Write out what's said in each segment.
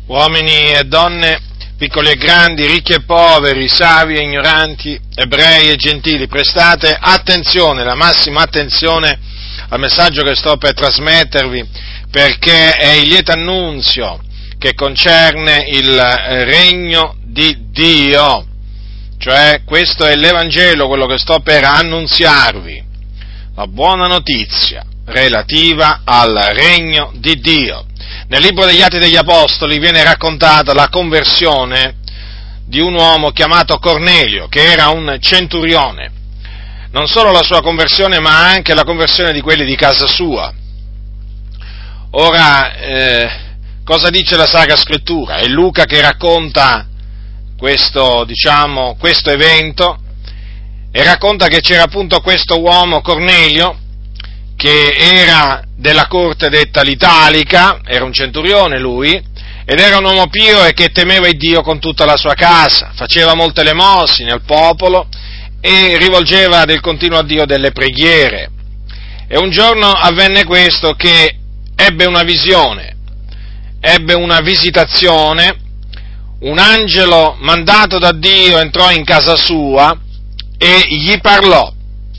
uomini e donne, piccoli e grandi, ricchi e poveri, savi e ignoranti, ebrei e gentili, prestate attenzione, la massima attenzione al messaggio che sto per trasmettervi, perché è il lieto annunzio che concerne il regno di Dio, cioè questo è l'Evangelo, quello che sto per annunziarvi, la buona notizia relativa al regno di Dio. Nel libro degli Atti degli Apostoli viene raccontata la conversione di un uomo chiamato Cornelio, che era un centurione. Non solo la sua conversione, ma anche la conversione di quelli di casa sua. Ora, cosa dice la Sacra Scrittura? È Luca che racconta questo evento, e racconta che c'era appunto questo uomo Cornelio, che era della corte detta l'Italica, era un centurione lui, ed era un uomo pio e che temeva il Dio con tutta la sua casa, faceva molte elemosine al popolo e rivolgeva del continuo a Dio delle preghiere. E un giorno avvenne questo, che ebbe una visione, ebbe una visitazione, un angelo mandato da Dio entrò in casa sua e gli parlò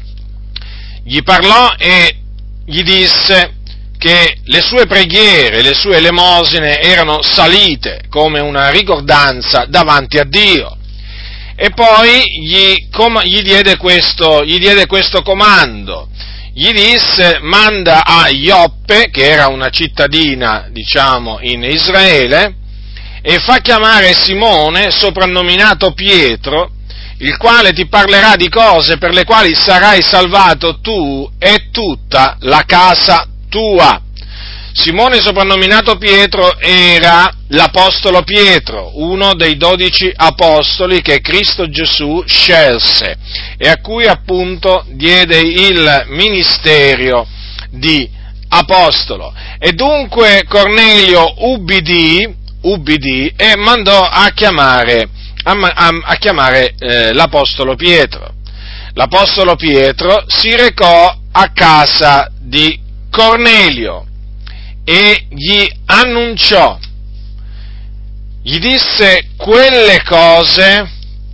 e gli disse che le sue preghiere, le sue elemosine erano salite come una ricordanza davanti a Dio. E poi gli diede questo comando, gli disse: manda a Ioppe, che era una cittadina, in Israele, e fa chiamare Simone, soprannominato Pietro, il quale ti parlerà di cose per le quali sarai salvato tu e tutta la casa tua. Simone, soprannominato Pietro, era l'apostolo Pietro, uno dei 12 apostoli che Cristo Gesù scelse e a cui appunto diede il ministero di apostolo. E dunque Cornelio ubbidì e mandò a chiamare l'apostolo Pietro. L'apostolo Pietro si recò a casa di Cornelio e gli annunciò, gli disse quelle cose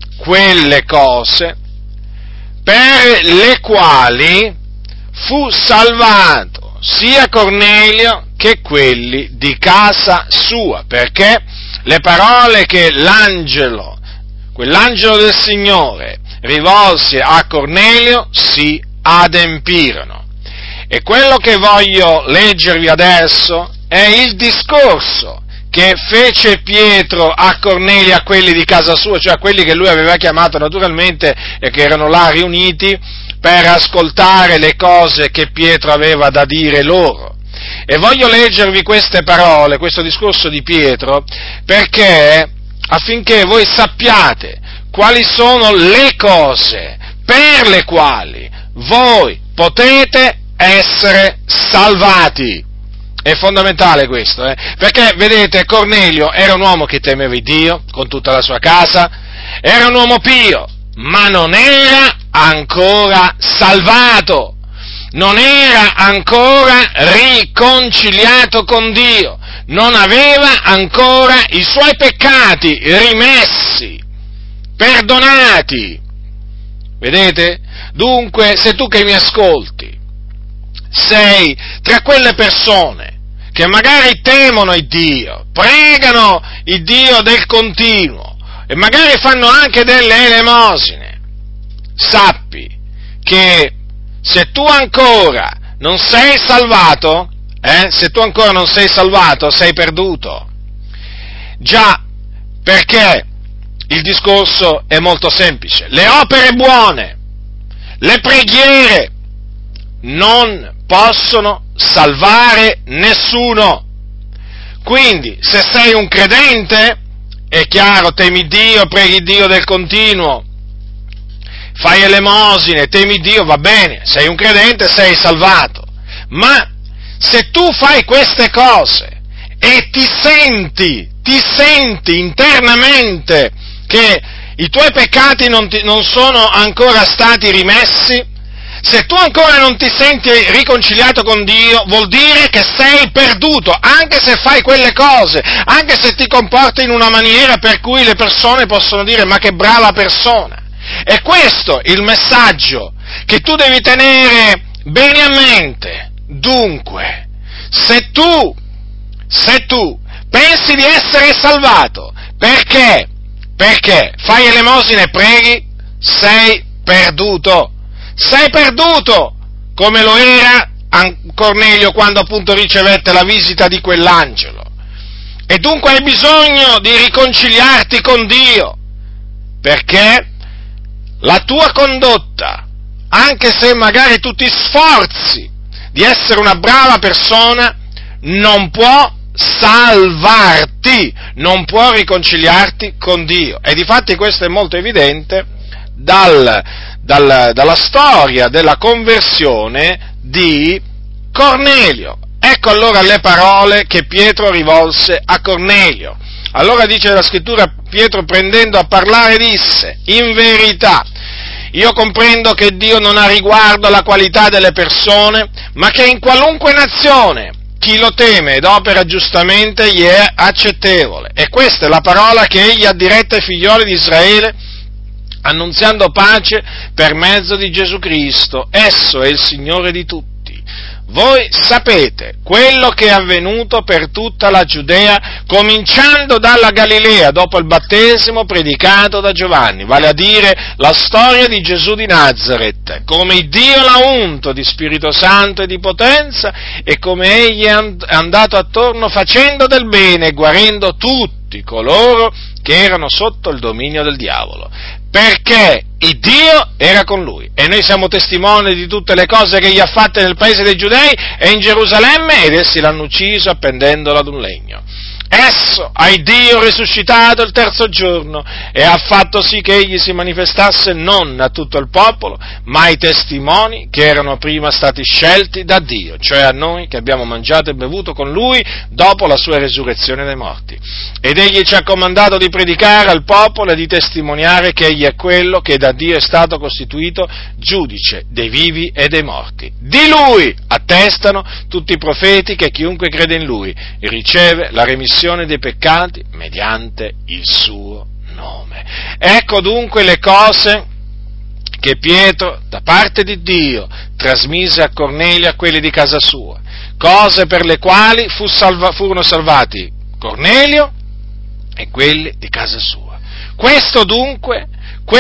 per le quali fu salvato sia Cornelio che quelli di casa sua, perché le parole che quell'angelo del Signore rivolse a Cornelio si adempirono. E quello che voglio leggervi adesso è il discorso che fece Pietro a Cornelio, a quelli di casa sua, cioè a quelli che lui aveva chiamato naturalmente e che erano là riuniti per ascoltare le cose che Pietro aveva da dire loro. E voglio leggervi queste parole, questo discorso di Pietro, perché affinché voi sappiate quali sono le cose per le quali voi potete essere salvati. È fondamentale questo, perché vedete, Cornelio era un uomo che temeva il Dio con tutta la sua casa, era un uomo pio, ma non era ancora salvato, non era ancora riconciliato con Dio, non aveva ancora i suoi peccati rimessi, perdonati. Vedete? Dunque, se tu che mi ascolti sei tra quelle persone che magari temono il Dio, pregano il Dio del continuo e magari fanno anche delle elemosine, sappi che se tu ancora non sei salvato, sei perduto. Già, perché il discorso è molto semplice. Le opere buone, le preghiere non possono salvare nessuno. Quindi, se sei un credente, è chiaro, temi Dio, preghi Dio del continuo, fai elemosine, temi Dio, va bene, sei un credente, sei salvato. Ma se tu fai queste cose e ti senti internamente che i tuoi peccati non sono ancora stati rimessi, Se tu ancora non ti senti riconciliato con Dio, vuol dire che sei perduto, anche se fai quelle cose, anche se ti comporti in una maniera per cui le persone possono dire ma che brava persona. E questo è il messaggio che tu devi tenere bene a mente. Dunque, se tu pensi di essere salvato perché fai elemosina e preghi, sei perduto, come lo era Cornelio quando appunto ricevette la visita di quell'angelo. E dunque hai bisogno di riconciliarti con Dio, perché la tua condotta, anche se magari tu ti sforzi di essere una brava persona, non può salvarti, non può riconciliarti con Dio. E difatti questo è molto evidente dalla storia della conversione di Cornelio. Ecco allora le parole che Pietro rivolse a Cornelio. Allora dice la scrittura, Pietro prendendo a parlare disse: in verità, io comprendo che Dio non ha riguardo alla qualità delle persone, ma che in qualunque nazione chi lo teme ed opera giustamente gli è accettevole. E questa è la parola che egli ha diretta ai figlioli di Israele, annunziando pace per mezzo di Gesù Cristo. Esso è il Signore di tutti. Voi sapete quello che è avvenuto per tutta la Giudea, cominciando dalla Galilea, dopo il battesimo predicato da Giovanni, vale a dire la storia di Gesù di Nazaret, come Dio l'ha unto di Spirito Santo e di potenza, e come egli è andato attorno facendo del bene e guarendo tutti coloro che erano sotto il dominio del diavolo, perché il Dio era con lui. E noi siamo testimoni di tutte le cose che egli ha fatte nel paese dei Giudei e in Gerusalemme, ed essi l'hanno ucciso appendendolo ad un legno. Esso ha il Dio risuscitato il terzo giorno e ha fatto sì che egli si manifestasse non a tutto il popolo, ma ai testimoni che erano prima stati scelti da Dio, cioè a noi che abbiamo mangiato e bevuto con lui dopo la sua resurrezione dai morti. Ed egli ci ha comandato di predicare al popolo e di testimoniare che egli è quello che da Dio è stato costituito giudice dei vivi e dei morti. Di lui attestano tutti i profeti che chiunque crede in lui riceve la remissione dei peccati mediante il suo nome. Ecco dunque le cose che Pietro, da parte di Dio, trasmise a Cornelio e a quelli di casa sua, cose per le quali furono salvati Cornelio e quelli di casa sua. Questo dunque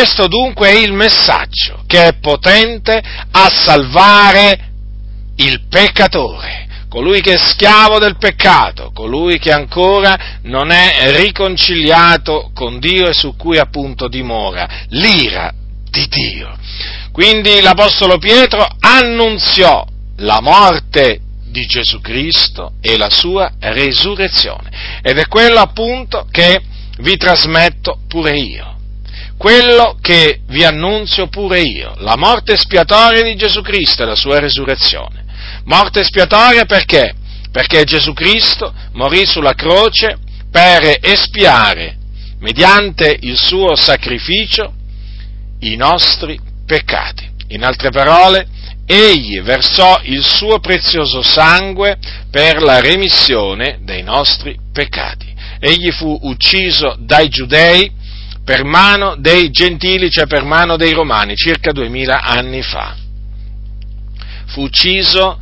è il messaggio che è potente a salvare il peccatore, colui che è schiavo del peccato, colui che ancora non è riconciliato con Dio e su cui appunto dimora l'ira di Dio. Quindi l'Apostolo Pietro annunziò la morte di Gesù Cristo e la sua resurrezione, ed è quello appunto che vi trasmetto pure io, quello che vi annunzio pure io, la morte espiatoria di Gesù Cristo e la sua resurrezione. Morte espiatoria perché? Perché Gesù Cristo morì sulla croce per espiare, mediante il suo sacrificio, i nostri peccati. In altre parole, egli versò il suo prezioso sangue per la remissione dei nostri peccati. Egli fu ucciso dai giudei per mano dei gentili, cioè per mano dei romani, circa 2000 anni fa. Fu ucciso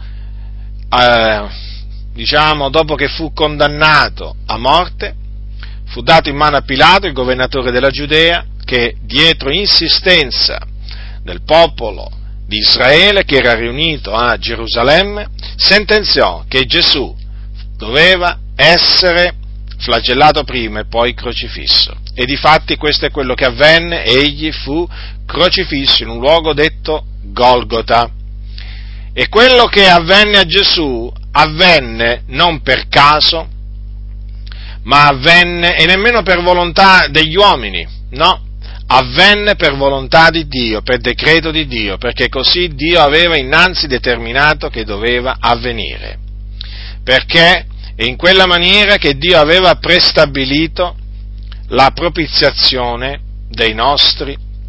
dopo che fu condannato a morte, fu dato in mano a Pilato, il governatore della Giudea, che dietro insistenza del popolo di Israele, che era riunito a Gerusalemme, sentenziò che Gesù doveva essere flagellato prima e poi crocifisso. E difatti questo è quello che avvenne: egli fu crocifisso in un luogo detto Golgota. E quello che avvenne a Gesù avvenne non per caso, ma avvenne, e nemmeno per volontà degli uomini, no, avvenne per volontà di Dio, per decreto di Dio, perché così Dio aveva innanzi determinato che doveva avvenire. Perché è in quella maniera che Dio aveva prestabilito la propiziazione dei nostri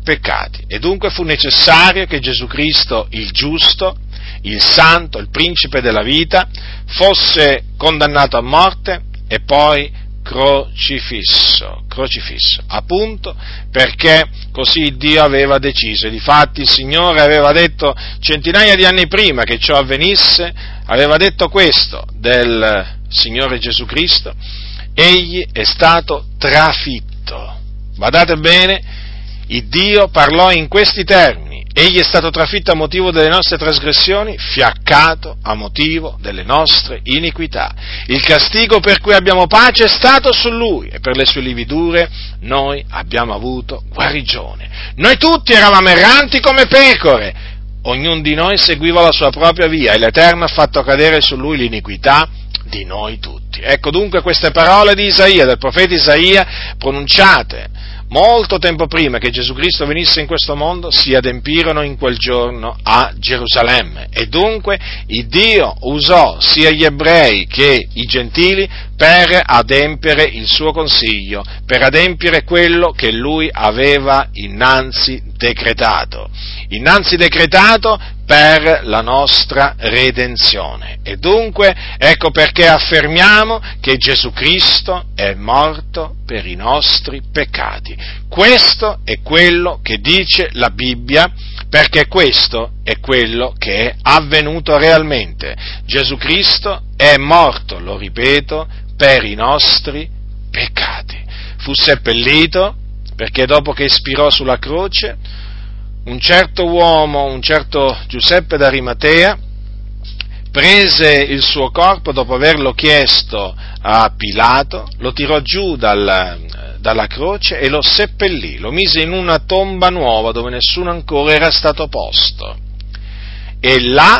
peccati. E dunque fu necessario che Gesù Cristo, il giusto, il santo, il principe della vita, fosse condannato a morte e poi crocifisso, appunto perché così Dio aveva deciso. Difatti il Signore aveva detto centinaia di anni prima che ciò avvenisse, aveva detto questo del Signore Gesù Cristo: egli è stato trafitto. Badate bene, il Dio parlò in questi termini: egli è stato trafitto a motivo delle nostre trasgressioni, fiaccato a motivo delle nostre iniquità. Il castigo per cui abbiamo pace è stato su lui, e per le sue lividure noi abbiamo avuto guarigione. Noi tutti eravamo erranti come pecore, ognuno di noi seguiva la sua propria via, e l'Eterno ha fatto cadere su lui l'iniquità di noi tutti. Ecco dunque queste parole di Isaia, del profeta Isaia, pronunciate molto tempo prima che Gesù Cristo venisse in questo mondo, si adempirono in quel giorno a Gerusalemme, e dunque il Dio usò sia gli ebrei che i gentili per adempiere il suo consiglio, per adempiere quello che lui aveva innanzi decretato per la nostra redenzione. E dunque ecco perché affermiamo che Gesù Cristo è morto per i nostri peccati. Questo è quello che dice la Bibbia, perché questo è quello che è avvenuto realmente. Gesù Cristo è morto, lo ripeto, per i nostri peccati. Fu seppellito perché dopo che espirò sulla croce, un certo uomo, un certo Giuseppe d'Arimatea, prese il suo corpo dopo averlo chiesto a Pilato, lo tirò giù dalla croce e lo seppellì, lo mise in una tomba nuova dove nessuno ancora era stato posto, e là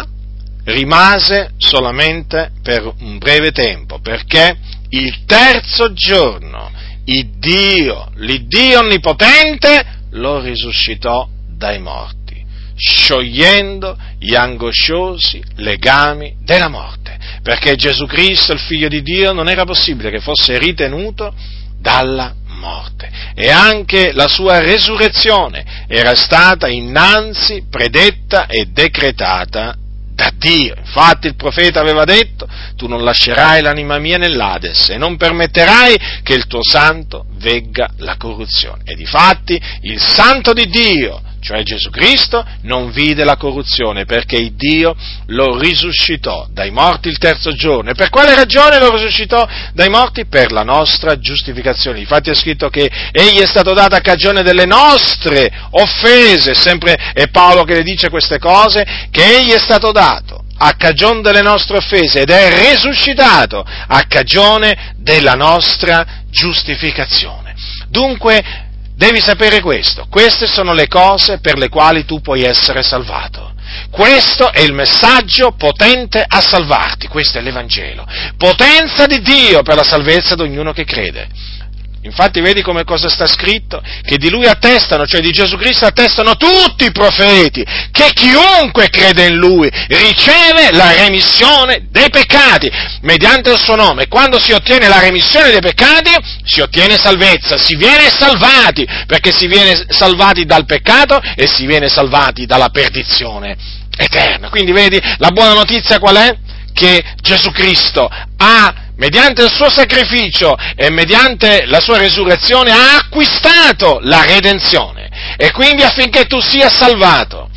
rimase solamente per un breve tempo, perché il terzo giorno l'Iddio Onnipotente lo risuscitò dai morti, sciogliendo gli angosciosi legami della morte, perché Gesù Cristo, il Figlio di Dio, non era possibile che fosse ritenuto dalla morte, e anche la sua resurrezione era stata innanzi predetta e decretata da Dio. Infatti il profeta aveva detto: tu non lascerai l'anima mia nell'Ades e non permetterai che il tuo santo vegga la corruzione. E difatti il santo di Dio, cioè Gesù Cristo, non vide la corruzione, perché il Dio lo risuscitò dai morti il terzo giorno. E per quale ragione lo risuscitò dai morti? Per la nostra giustificazione. Infatti è scritto che egli è stato dato a cagione delle nostre offese, sempre è Paolo che le dice queste cose, che egli è stato dato a cagione delle nostre offese ed è risuscitato a cagione della nostra giustificazione. Dunque, devi sapere questo: queste sono le cose per le quali tu puoi essere salvato. Questo è il messaggio potente a salvarti, questo è l'Evangelo, potenza di Dio per la salvezza di ognuno che crede. Infatti vedi come cosa sta scritto? Che di Lui attestano, cioè di Gesù Cristo attestano tutti i profeti, che chiunque crede in Lui riceve la remissione dei peccati mediante il suo nome. Quando si ottiene la remissione dei peccati, si ottiene salvezza, si viene salvati, perché si viene salvati dal peccato e si viene salvati dalla perdizione eterna. Quindi vedi, la buona notizia qual è? Che Gesù Cristo mediante il suo sacrificio e mediante la sua resurrezione ha acquistato la redenzione, e quindi affinché tu sia salvato,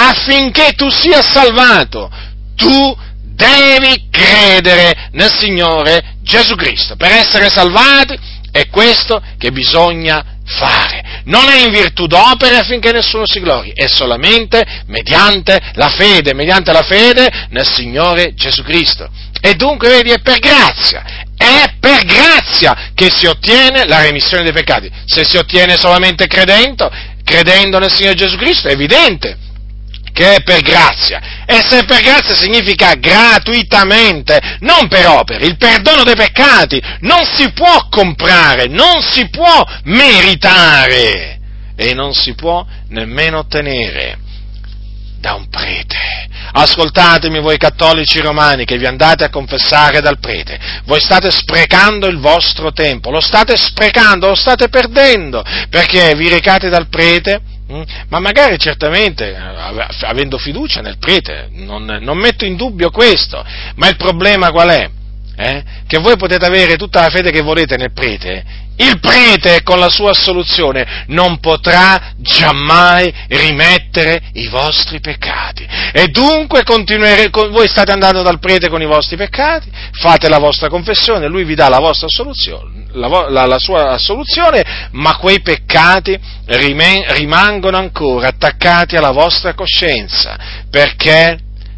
tu devi credere nel Signore Gesù Cristo. Per essere salvati è questo che bisogna fare. Non è in virtù d'opere affinché nessuno si glori, è solamente mediante la fede nel Signore Gesù Cristo. E dunque, vedi, è per grazia che si ottiene la remissione dei peccati. Se si ottiene solamente credendo nel Signore Gesù Cristo, è evidente che è per grazia, e se è per grazia significa gratuitamente, non per opere. Il perdono dei peccati non si può comprare, non si può meritare e non si può nemmeno ottenere da un prete. Ascoltatemi voi cattolici romani che vi andate a confessare dal prete, voi state sprecando il vostro tempo, lo state sprecando, lo state perdendo, perché vi recate dal prete Ma magari certamente, avendo fiducia nel prete, non metto in dubbio questo, ma il problema qual è? Che voi potete avere tutta la fede che volete nel prete, il prete con la sua assoluzione non potrà giammai rimettere i vostri peccati, e dunque voi state andando dal prete con i vostri peccati, fate la vostra confessione, lui vi dà la vostra assoluzione, la sua assoluzione, ma quei peccati rimangono ancora attaccati alla vostra coscienza, perché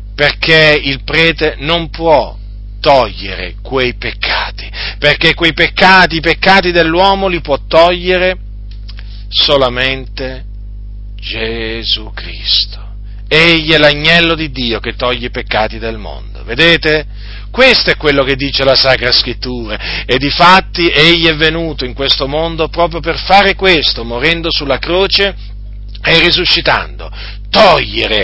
il prete non può togliere quei peccati, perché quei peccati, i peccati dell'uomo li può togliere solamente Gesù Cristo. Egli è l'agnello di Dio che toglie i peccati del mondo. Vedete? Questo è quello che dice la Sacra Scrittura, e difatti egli è venuto in questo mondo proprio per fare questo, morendo sulla croce e risuscitando, togliere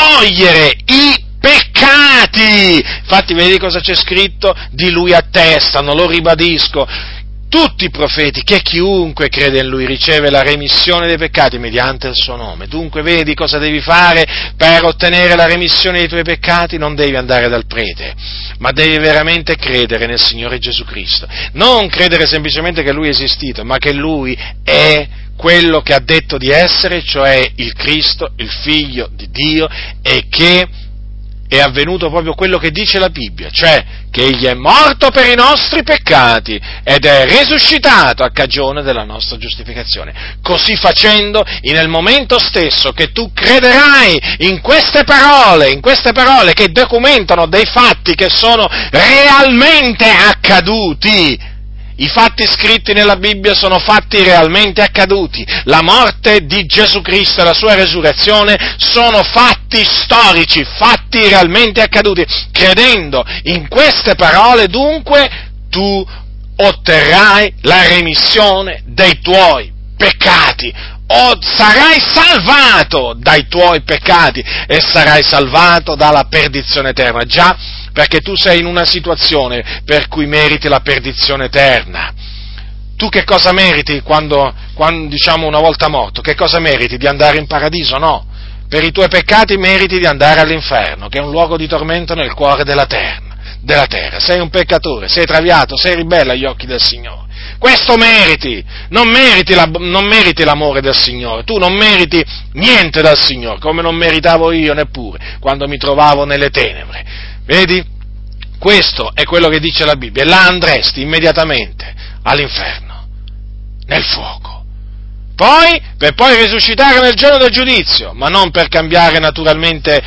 i peccati. Infatti vedi cosa c'è scritto? Di lui attestano, lo ribadisco, tutti i profeti, che chiunque crede in lui riceve la remissione dei peccati mediante il suo nome. Dunque vedi cosa devi fare per ottenere la remissione dei tuoi peccati? Non devi andare dal prete, ma devi veramente credere nel Signore Gesù Cristo. Non credere semplicemente che lui è esistito, ma che lui è quello che ha detto di essere, cioè il Cristo, il Figlio di Dio, e che è avvenuto proprio quello che dice la Bibbia, cioè che egli è morto per i nostri peccati ed è risuscitato a cagione della nostra giustificazione. Così facendo, nel momento stesso che tu crederai in queste parole che documentano dei fatti che sono realmente accaduti. I fatti scritti nella Bibbia sono fatti realmente accaduti. La morte di Gesù Cristo e la sua resurrezione sono fatti storici, fatti realmente accaduti. Credendo in queste parole, dunque, tu otterrai la remissione dei tuoi peccati, o sarai salvato dai tuoi peccati e sarai salvato dalla perdizione eterna. Già, perché tu sei in una situazione per cui meriti la perdizione eterna. Tu che cosa meriti quando diciamo una volta morto? Che cosa meriti? Di andare in paradiso? No. Per i tuoi peccati meriti di andare all'inferno, che è un luogo di tormento nel cuore della terra. Sei un peccatore, sei traviato, sei ribelle agli occhi del Signore. Questo meriti, non meriti l'amore del Signore, tu non meriti niente dal Signore, come non meritavo io neppure, quando mi trovavo nelle tenebre. Vedi? Questo è quello che dice la Bibbia, e là andresti immediatamente all'inferno, nel fuoco. Per poi risuscitare nel giorno del giudizio, ma non per cambiare naturalmente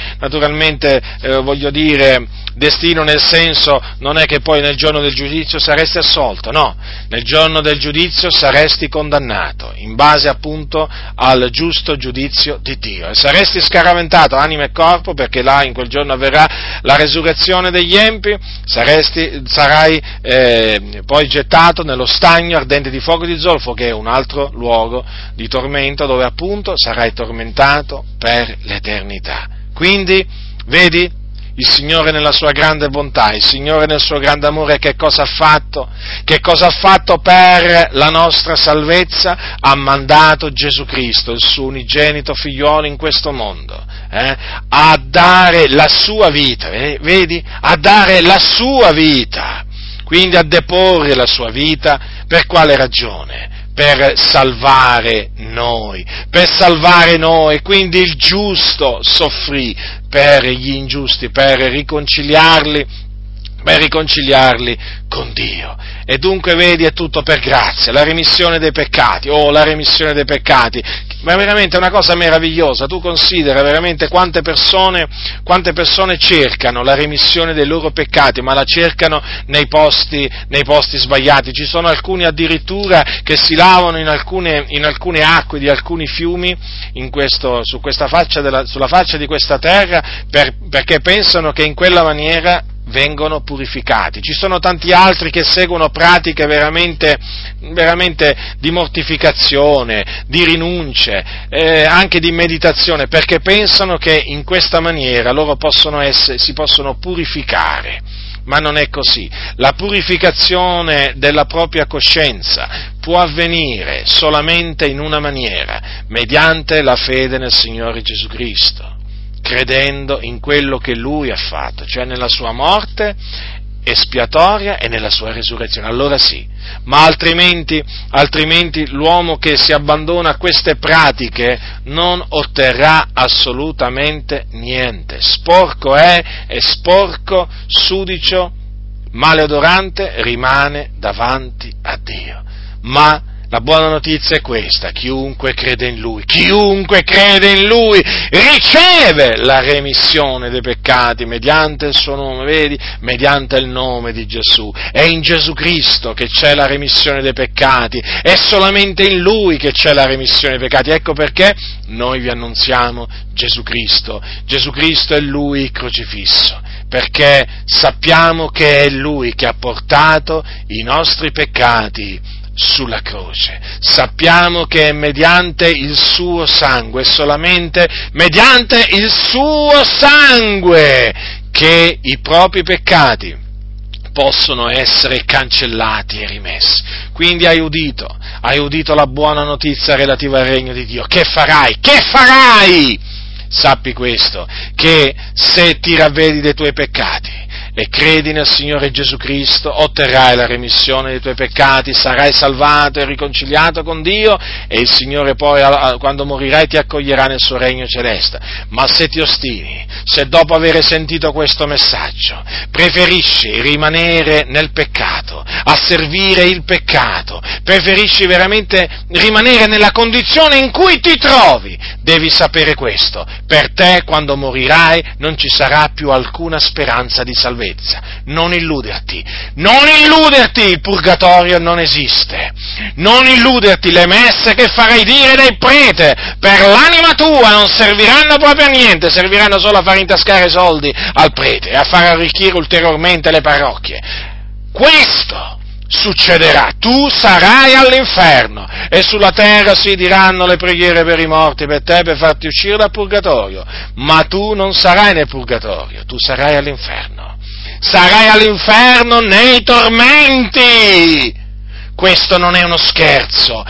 destino, nel senso, non è che poi nel giorno del giudizio saresti assolto, no, nel giorno del giudizio saresti condannato, in base appunto al giusto giudizio di Dio, e saresti scaraventato anima e corpo, perché là in quel giorno avverrà la resurrezione degli empi, sarai poi gettato nello stagno ardente di fuoco di zolfo, che è un altro luogo di tormento, dove appunto sarai tormentato per l'eternità. Quindi, vedi, il Signore nella sua grande bontà, il Signore nel suo grande amore che cosa ha fatto? Che cosa ha fatto per la nostra salvezza? Ha mandato Gesù Cristo, il suo unigenito figliuolo in questo mondo, a dare la sua vita, vedi? A dare la sua vita, quindi a deporre la sua vita. Per quale ragione? Per salvare noi, quindi il giusto soffrì per gli ingiusti, per riconciliarli con Dio. E dunque vedi, è tutto per grazia, la remissione dei peccati, ma veramente è una cosa meravigliosa. Tu considera veramente quante persone cercano la remissione dei loro peccati, ma la cercano nei posti sbagliati. Ci sono alcuni addirittura che si lavano in alcune acque di alcuni fiumi sulla faccia di questa terra, perché pensano che in quella maniera vengono purificati. Ci sono tanti altri che seguono pratiche veramente di mortificazione, di rinunce, anche di meditazione, perché pensano che in questa maniera loro si possono purificare. Ma non è così. La purificazione della propria coscienza può avvenire solamente in una maniera, mediante la fede nel Signore Gesù Cristo, credendo in quello che Lui ha fatto, cioè nella sua morte espiatoria e nella sua resurrezione. Allora sì, ma altrimenti l'uomo che si abbandona a queste pratiche non otterrà assolutamente niente. Sporco è sporco, sudicio, maleodorante rimane davanti a Dio. Ma la buona notizia è questa: chiunque crede in Lui riceve la remissione dei peccati mediante il suo nome, vedi? Mediante il nome di Gesù. È in Gesù Cristo che c'è la remissione dei peccati, è solamente in Lui che c'è la remissione dei peccati. Ecco perché noi vi annunziamo Gesù Cristo è Lui crocifisso, perché sappiamo che è Lui che ha portato i nostri peccati sulla croce. Sappiamo che è mediante il suo sangue, solamente mediante il suo sangue, che i propri peccati possono essere cancellati e rimessi. Quindi hai udito la buona notizia relativa al regno di Dio. Che farai? Sappi questo, che se ti ravvedi dei tuoi peccati e credi nel Signore Gesù Cristo, otterrai la remissione dei tuoi peccati, sarai salvato e riconciliato con Dio, e il Signore poi, quando morirai, ti accoglierà nel suo regno celeste. Ma se ti ostini, se dopo aver sentito questo messaggio preferisci rimanere nel peccato, a servire il peccato, preferisci veramente rimanere nella condizione in cui ti trovi, devi sapere questo: per te, quando morirai, non ci sarà più alcuna speranza di salvezza. Non illuderti, il purgatorio non esiste, non illuderti, le messe che farai dire dal prete per l'anima tua non serviranno proprio a niente, serviranno solo a far intascare soldi al prete e a far arricchire ulteriormente le parrocchie. Questo succederà, tu sarai all'inferno, e sulla terra si diranno le preghiere per i morti per te, per farti uscire dal purgatorio, ma tu non sarai nel purgatorio, tu sarai all'inferno nei tormenti. Questo non è uno scherzo,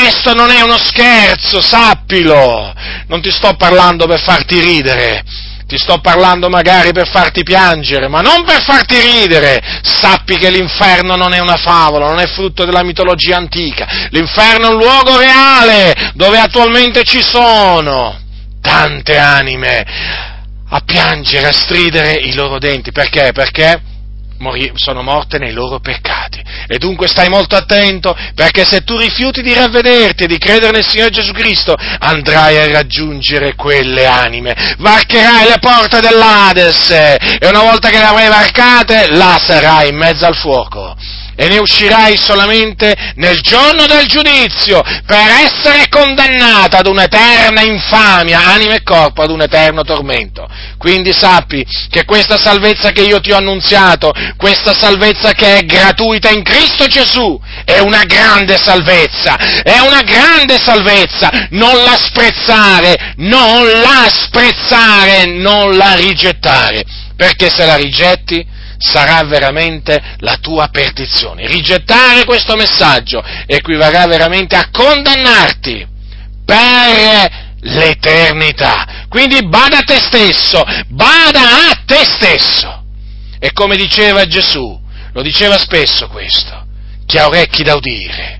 sappilo. Non ti sto parlando per farti ridere, ti sto parlando magari per farti piangere, ma non per farti ridere. Sappi che l'inferno non è una favola, non è frutto della mitologia antica. L'inferno è un luogo reale, dove attualmente ci sono tante anime a piangere, a stridere i loro denti. Perché? Perché sono morte nei loro peccati. E dunque stai molto attento, perché se tu rifiuti di ravvederti e di credere nel Signore Gesù Cristo, andrai a raggiungere quelle anime, varcherai le porte dell'Ades, e una volta che le avrai varcate, là sarai in mezzo al fuoco, e ne uscirai solamente nel giorno del giudizio, per essere condannata ad un'eterna infamia, anima e corpo, ad un eterno tormento. Quindi sappi che questa salvezza che io ti ho annunziato, questa salvezza che è gratuita in Cristo Gesù, è una grande salvezza, non la sprezzare, non la rigettare, perché se la rigetti sarà veramente la tua perdizione. Rigettare questo messaggio equivarrà veramente a condannarti per l'eternità. Quindi bada a te stesso. E come diceva Gesù, lo diceva spesso questo: chi ha orecchi da udire,